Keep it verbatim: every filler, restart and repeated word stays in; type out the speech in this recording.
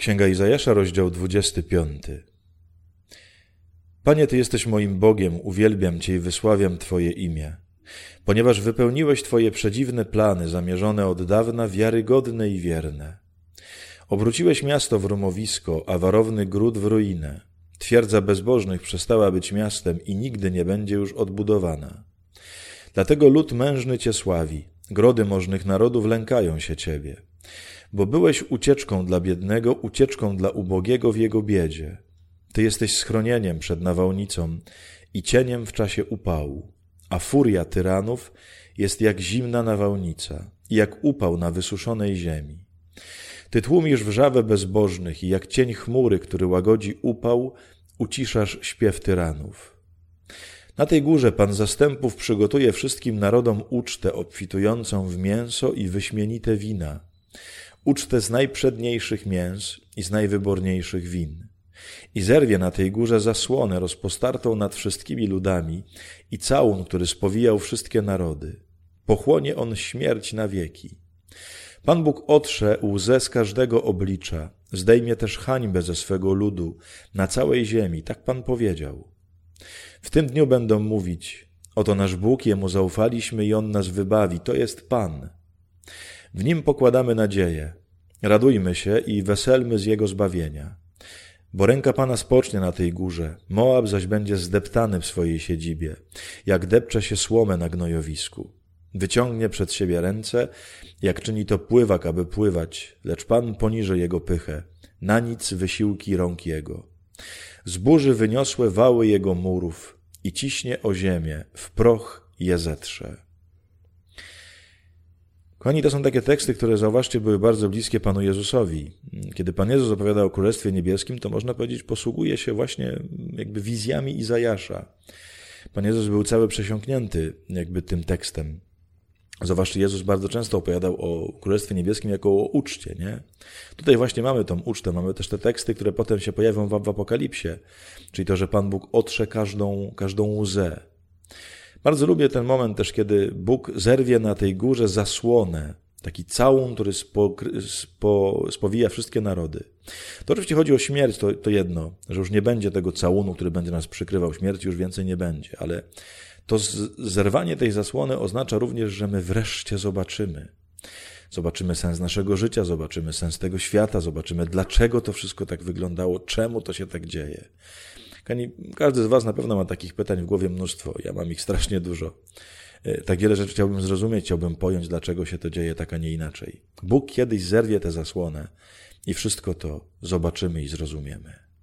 Księga Izajasza, rozdział dwudziesty piąty. Panie, Ty jesteś moim Bogiem, uwielbiam Cię i wysławiam Twoje imię, ponieważ wypełniłeś Twoje przedziwne plany, zamierzone od dawna, wiarygodne i wierne. Obróciłeś miasto w rumowisko, a warowny gród w ruinę. Twierdza bezbożnych przestała być miastem i nigdy nie będzie już odbudowana. Dlatego lud mężny Cię sławi, grody możnych narodów lękają się Ciebie. Bo byłeś ucieczką dla biednego, ucieczką dla ubogiego w jego biedzie. Ty jesteś schronieniem przed nawałnicą i cieniem w czasie upału, a furia tyranów jest jak zimna nawałnica i jak upał na wysuszonej ziemi. Ty tłumisz wrzawę bezbożnych i jak cień chmury, który łagodzi upał, uciszasz śpiew tyranów. Na tej górze Pan zastępów przygotuje wszystkim narodom ucztę obfitującą w mięso i wyśmienite wina, ucztę z najprzedniejszych mięs i z najwyborniejszych win. I zerwie na tej górze zasłonę rozpostartą nad wszystkimi ludami i całun, który spowijał wszystkie narody. Pochłonie on śmierć na wieki. Pan Bóg otrze łzę z każdego oblicza, zdejmie też hańbę ze swego ludu na całej ziemi, tak Pan powiedział. W tym dniu będą mówić, oto nasz Bóg, Jemu zaufaliśmy i On nas wybawi, to jest Pan. W Nim pokładamy nadzieję, radujmy się i weselmy z Jego zbawienia. Bo ręka Pana spocznie na tej górze, Moab zaś będzie zdeptany w swojej siedzibie, jak depcze się słomę na gnojowisku. Wyciągnie przed siebie ręce, jak czyni to pływak, aby pływać, lecz Pan poniży jego pychę, na nic wysiłki rąk jego. Zburzy wyniosłe wały jego murów i ciśnie o ziemię, w proch je zetrze. Kochani, to są takie teksty, które, zauważcie, były bardzo bliskie Panu Jezusowi. Kiedy Pan Jezus opowiada o Królestwie Niebieskim, to można powiedzieć, posługuje się właśnie jakby wizjami Izajasza. Pan Jezus był cały przesiąknięty jakby tym tekstem. Zauważcie, Jezus bardzo często opowiadał o Królestwie Niebieskim jako o uczcie, nie? Tutaj właśnie mamy tą ucztę, mamy też te teksty, które potem się pojawią w, w Apokalipsie, czyli to, że Pan Bóg otrze każdą, każdą łzę. Bardzo lubię ten moment też, kiedy Bóg zerwie na tej górze zasłonę, taki całun, który spo, spo, spowija wszystkie narody. To oczywiście chodzi o śmierć, to, to jedno, że już nie będzie tego całunu, który będzie nas przykrywał, śmierci już więcej nie będzie, ale to zerwanie tej zasłony oznacza również, że my wreszcie zobaczymy. Zobaczymy sens naszego życia, zobaczymy sens tego świata, zobaczymy, dlaczego to wszystko tak wyglądało, czemu to się tak dzieje. Każdy z was na pewno ma takich pytań w głowie mnóstwo. Ja mam ich strasznie dużo. Tak wiele rzeczy chciałbym zrozumieć, chciałbym pojąć, dlaczego się to dzieje tak, a nie inaczej. Bóg kiedyś zerwie tę zasłonę i wszystko to zobaczymy i zrozumiemy.